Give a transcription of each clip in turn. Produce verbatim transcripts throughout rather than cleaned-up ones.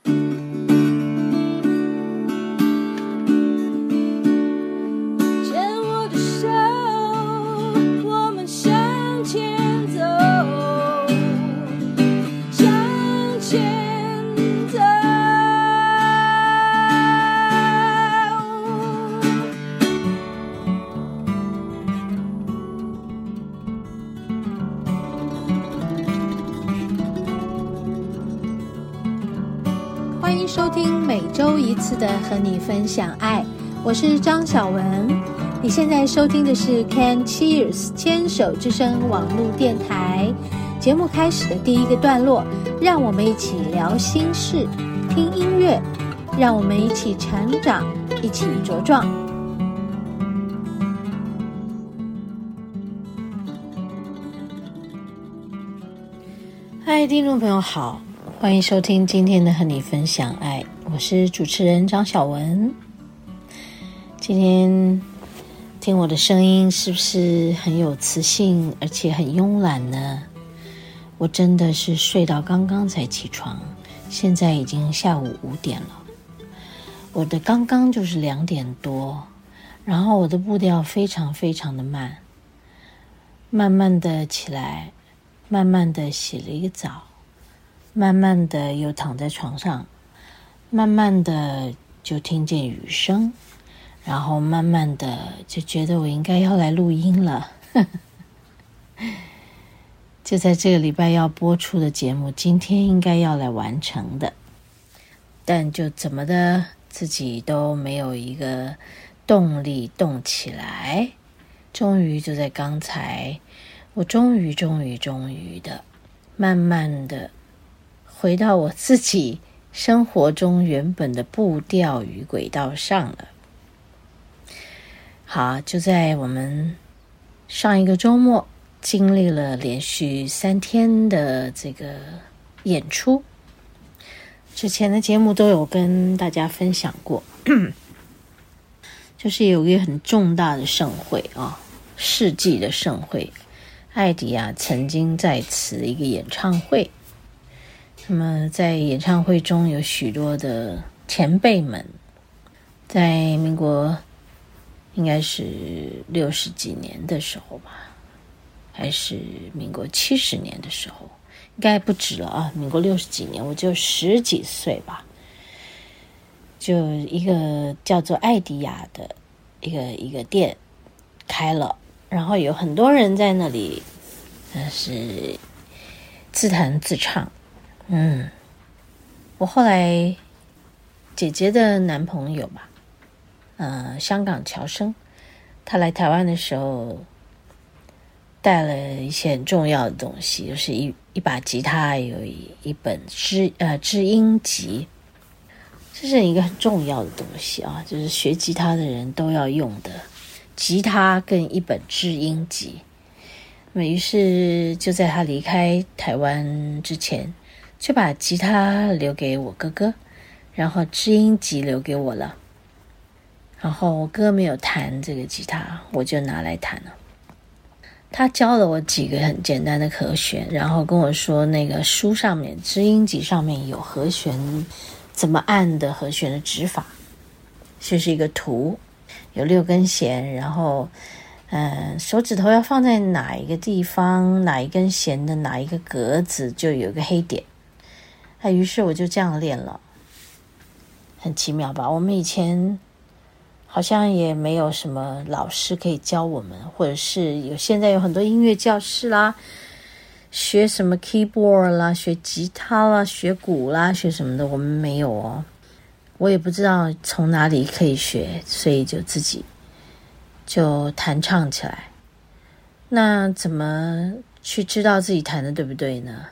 欢迎收听每周一次的和你分享爱，我是张小文。你现在收听的是 Can Cheers 牵手之声网络电台。节目开始的第一个段落，让我们一起聊心事，听音乐，让我们一起成长，一起茁壮。嗨，听众朋友好，欢迎收听今天的和你分享爱，我是主持人张小文。今天听我的声音是不是很有磁性，而且很慵懒呢？我真的是睡到刚刚才起床，现在已经下午五点了。我的刚刚就是两点多，然后我的步调非常非常的慢，慢慢的起来，慢慢的洗了一个澡，慢慢的又躺在床上，慢慢的就听见雨声，然后慢慢的就觉得我应该要来录音了。就在这个礼拜要播出的节目，今天应该要来完成的，但就怎么的自己都没有一个动力动起来。终于就在刚才，我终于终于终于的慢慢的回到我自己生活中原本的步调与轨道上了。好，就在我们上一个周末经历了连续三天的这个演出，之前的节目都有跟大家分享过，就是有一个很重大的盛会啊，世纪的盛会，艾迪亚曾经在此的一个演唱会。那么在演唱会中有许多的前辈们，在民国应该是六十几年的时候吧，还是民国七十年的时候，应该不止了啊，民国六十几年，我就十几岁吧，就一个叫做艾迪亚的一个一个店开了，然后有很多人在那里，那是自弹自唱。嗯，我后来姐姐的男朋友吧，呃，香港侨生，他来台湾的时候带了一些很重要的东西，就是一一把吉他，有一一本知呃知音集，这是一个很重要的东西啊，就是学吉他的人都要用的吉他跟一本知音集。那么于是就在他离开台湾之前，就把吉他留给我哥哥，然后知音集留给我了。然后我哥没有弹这个吉他，我就拿来弹了。他教了我几个很简单的和弦，然后跟我说那个书上面知音集上面有和弦怎么按的和弦的指法，就是一个图，有六根弦，然后嗯，手指头要放在哪一个地方，哪一根弦的哪一个格子就有一个黑点。啊，于是我就这样练了，很奇妙吧？我们以前好像也没有什么老师可以教我们，或者是有现在有很多音乐教室啦，学什么 keyboard 啦，学吉他啦，学鼓啦，学什么的，我们没有哦。我也不知道从哪里可以学，所以就自己就弹唱起来。那怎么去知道自己弹的对不对呢？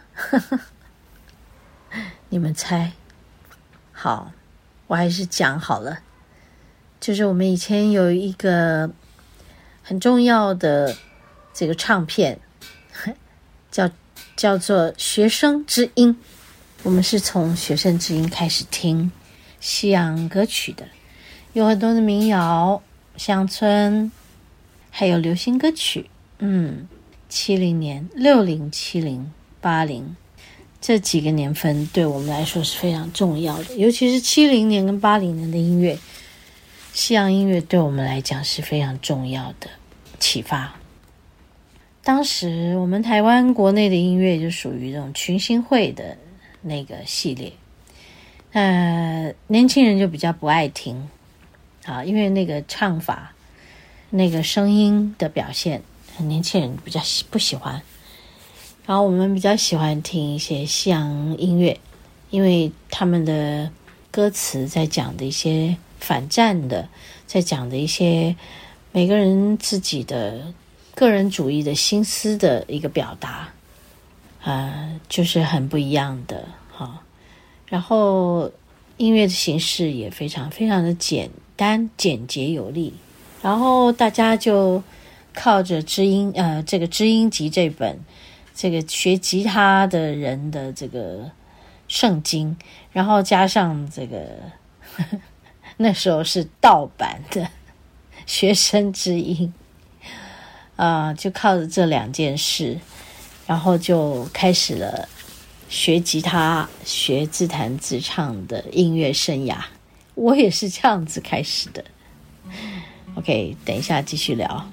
你们猜？好，我还是讲好了。就是我们以前有一个很重要的这个唱片，叫叫做学生之音。我们是从学生之音开始听西洋歌曲的，有很多的民谣、乡村，还有流行歌曲。嗯，七零年、六零、七零、八零， 这几个年份对我们来说是非常重要的，尤其是七零年跟八零年的音乐，西洋音乐对我们来讲是非常重要的启发。当时我们台湾国内的音乐就属于这种群星会的那个系列，呃，年轻人就比较不爱听啊，因为那个唱法、那个声音的表现，年轻人比较不喜欢。然后我们比较喜欢听一些西洋音乐，因为他们的歌词在讲的一些反战的，在讲的一些每个人自己的个人主义的心思的一个表达，呃，就是很不一样的哈。然后音乐的形式也非常非常的简单、简洁有力。然后大家就靠着知音呃这个知音集这本这个学吉他的人的这个圣经，然后加上这个呵呵那时候是盗版的学生之音啊、呃，就靠着这两件事，然后就开始了学吉他、学自弹自唱的音乐生涯。我也是这样子开始的。OK， 等一下继续聊。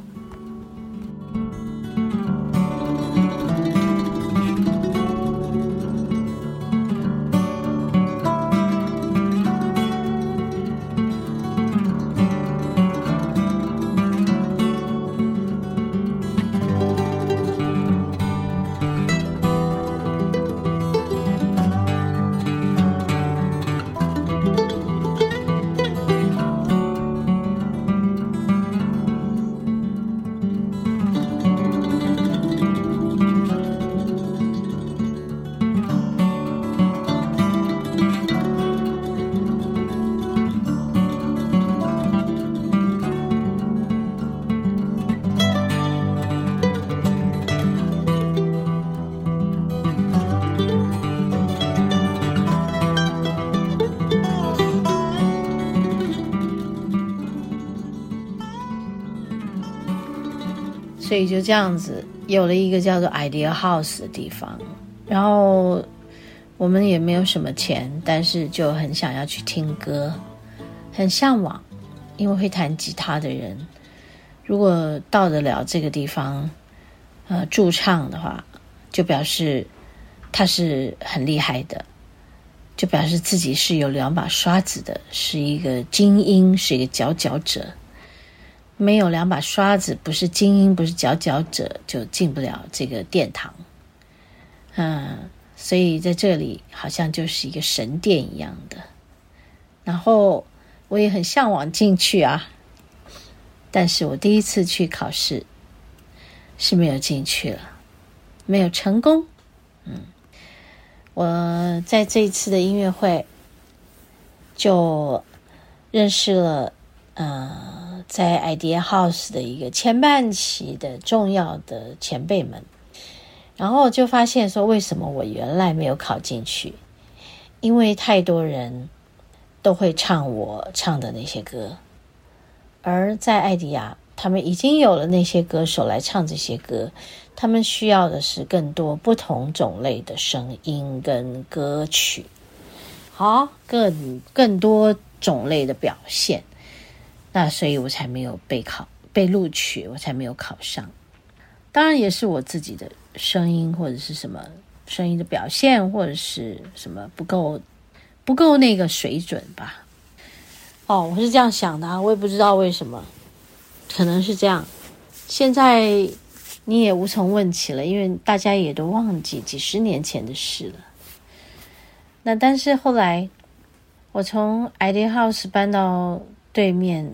所以就这样子有了一个叫做 Idea House 的地方，然后我们也没有什么钱，但是就很想要去听歌，很向往，因为会弹吉他的人如果到得了这个地方呃驻唱的话，就表示他是很厉害的，就表示自己是有两把刷子的，是一个精英，是一个佼佼者。没有两把刷子，不是精英，不是佼佼者，就进不了这个殿堂。嗯，所以在这里好像就是一个神殿一样的。然后我也很向往进去啊，但是我第一次去考试是没有进去了，没有成功。嗯，我在这一次的音乐会就认识了呃。在 Idea House 的一个前半期的重要的前辈们，然后就发现说为什么我原来没有考进去，因为太多人都会唱我唱的那些歌，而在艾迪亚他们已经有了那些歌手来唱这些歌，他们需要的是更多不同种类的声音跟歌曲，好，更更多种类的表现，那所以我才没有被考被录取，我才没有考上。当然也是我自己的声音或者是什么声音的表现或者是什么不够不够那个水准吧。哦，我是这样想的啊，我也不知道为什么，可能是这样。现在你也无从问起了，因为大家也都忘记几十年前的事了。那但是后来我从 Idea House 搬到对面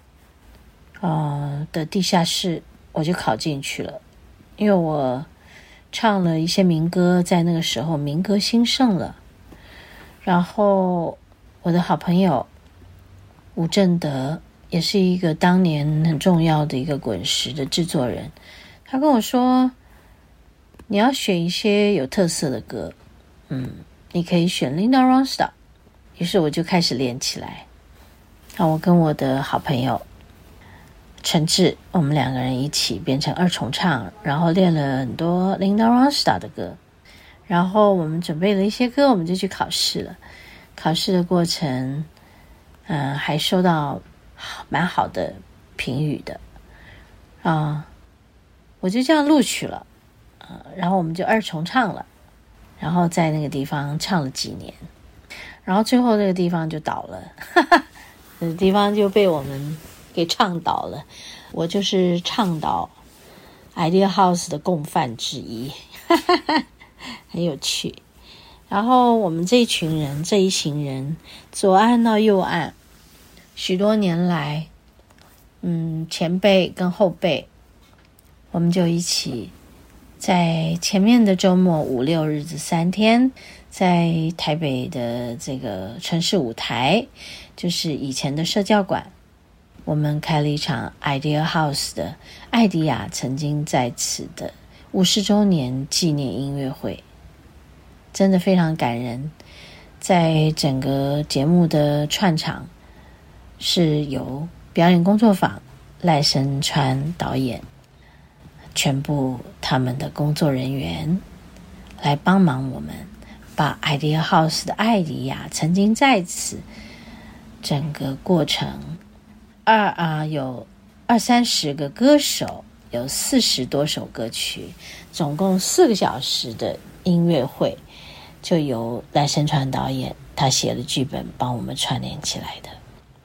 呃的地下室，我就考进去了，因为我唱了一些民歌，在那个时候民歌兴盛了。然后我的好朋友吴正德也是一个当年很重要的一个滚石的制作人，他跟我说你要选一些有特色的歌，嗯，你可以选 Linda Ronstadt。于是我就开始练起来。那我跟我的好朋友陈志，我们两个人一起变成二重唱，然后练了很多 Linda Ronstadt 的歌。 然后我们准备了一些歌，我们就去考试了。考试的过程，嗯、呃，还收到蛮好的评语的啊、呃，我就这样录取了，呃，然后我们就二重唱了，然后在那个地方唱了几年，然后最后这个地方就倒了，哈哈，这个地方就被我们给倡导了。我就是倡导 Idea House 的共犯之一，哈哈哈，很有趣。然后我们这一群人，这一行人，左岸到右岸，许多年来，嗯，前辈跟后辈，我们就一起在前面的周末五六日子三天，在台北的这个城市舞台，就是以前的社教馆，我们开了一场 Idea House 的艾迪亚曾经在此的五十周年纪念音乐会，真的非常感人。在整个节目的串场是由表演工作坊赖声川导演，全部他们的工作人员来帮忙我们把 Idea House 的艾迪亚曾经在此整个过程二啊有二三十个歌手，有四十多首歌曲，总共四个小时的音乐会，就由赖声川导演他写了剧本帮我们串联起来的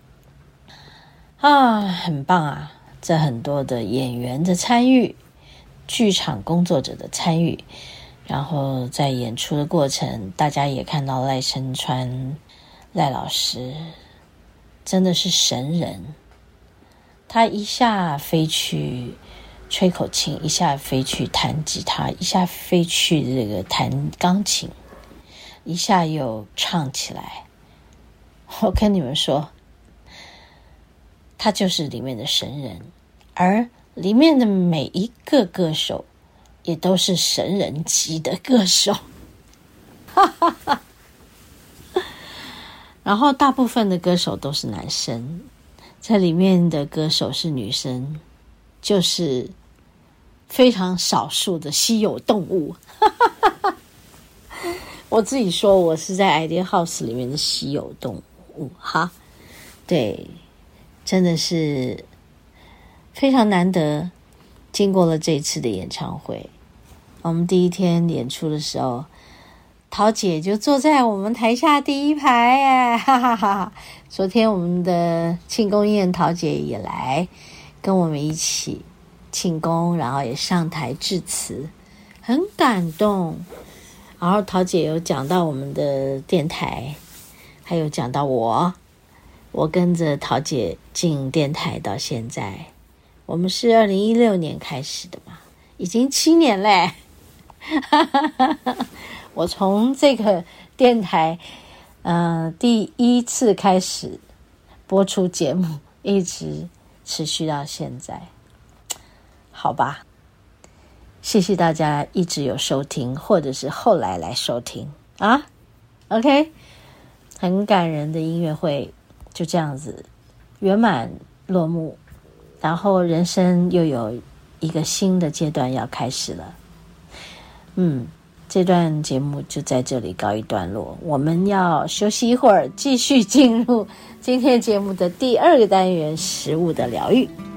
啊，很棒啊！这很多的演员的参与，剧场工作者的参与，然后在演出的过程，大家也看到赖声川赖老师真的是神人，他一下飞去吹口琴，一下飞去弹吉他，一下飞去这个弹钢琴，一下又唱起来。我跟你们说，他就是里面的神人，而里面的每一个歌手也都是神人级的歌手。然后大部分的歌手都是男生，在里面的歌手是女生，就是非常少数的稀有动物。我自己说我是在 Idea House 里面的稀有动物哈，对，真的是非常难得。经过了这一次的演唱会，我们第一天演出的时候，桃姐就坐在我们台下第一排耶，哈哈哈！昨天我们的庆功宴，桃姐也来跟我们一起庆功，然后也上台致辞，很感动。然后桃姐有讲到我们的电台，还有讲到我，我跟着桃姐进电台到现在，我们是二零一六年开始的嘛，已经七年嘞。我从这个电台呃第一次开始播出节目，一直持续到现在，好吧，谢谢大家一直有收听，或者是后来来收听啊 OK， 很感人的音乐会就这样子圆满落幕，然后人生又有一个新的阶段要开始了。嗯，这段节目就在这里告一段落，我们要休息一会儿，继续进入今天节目的第二个单元，食物的疗愈。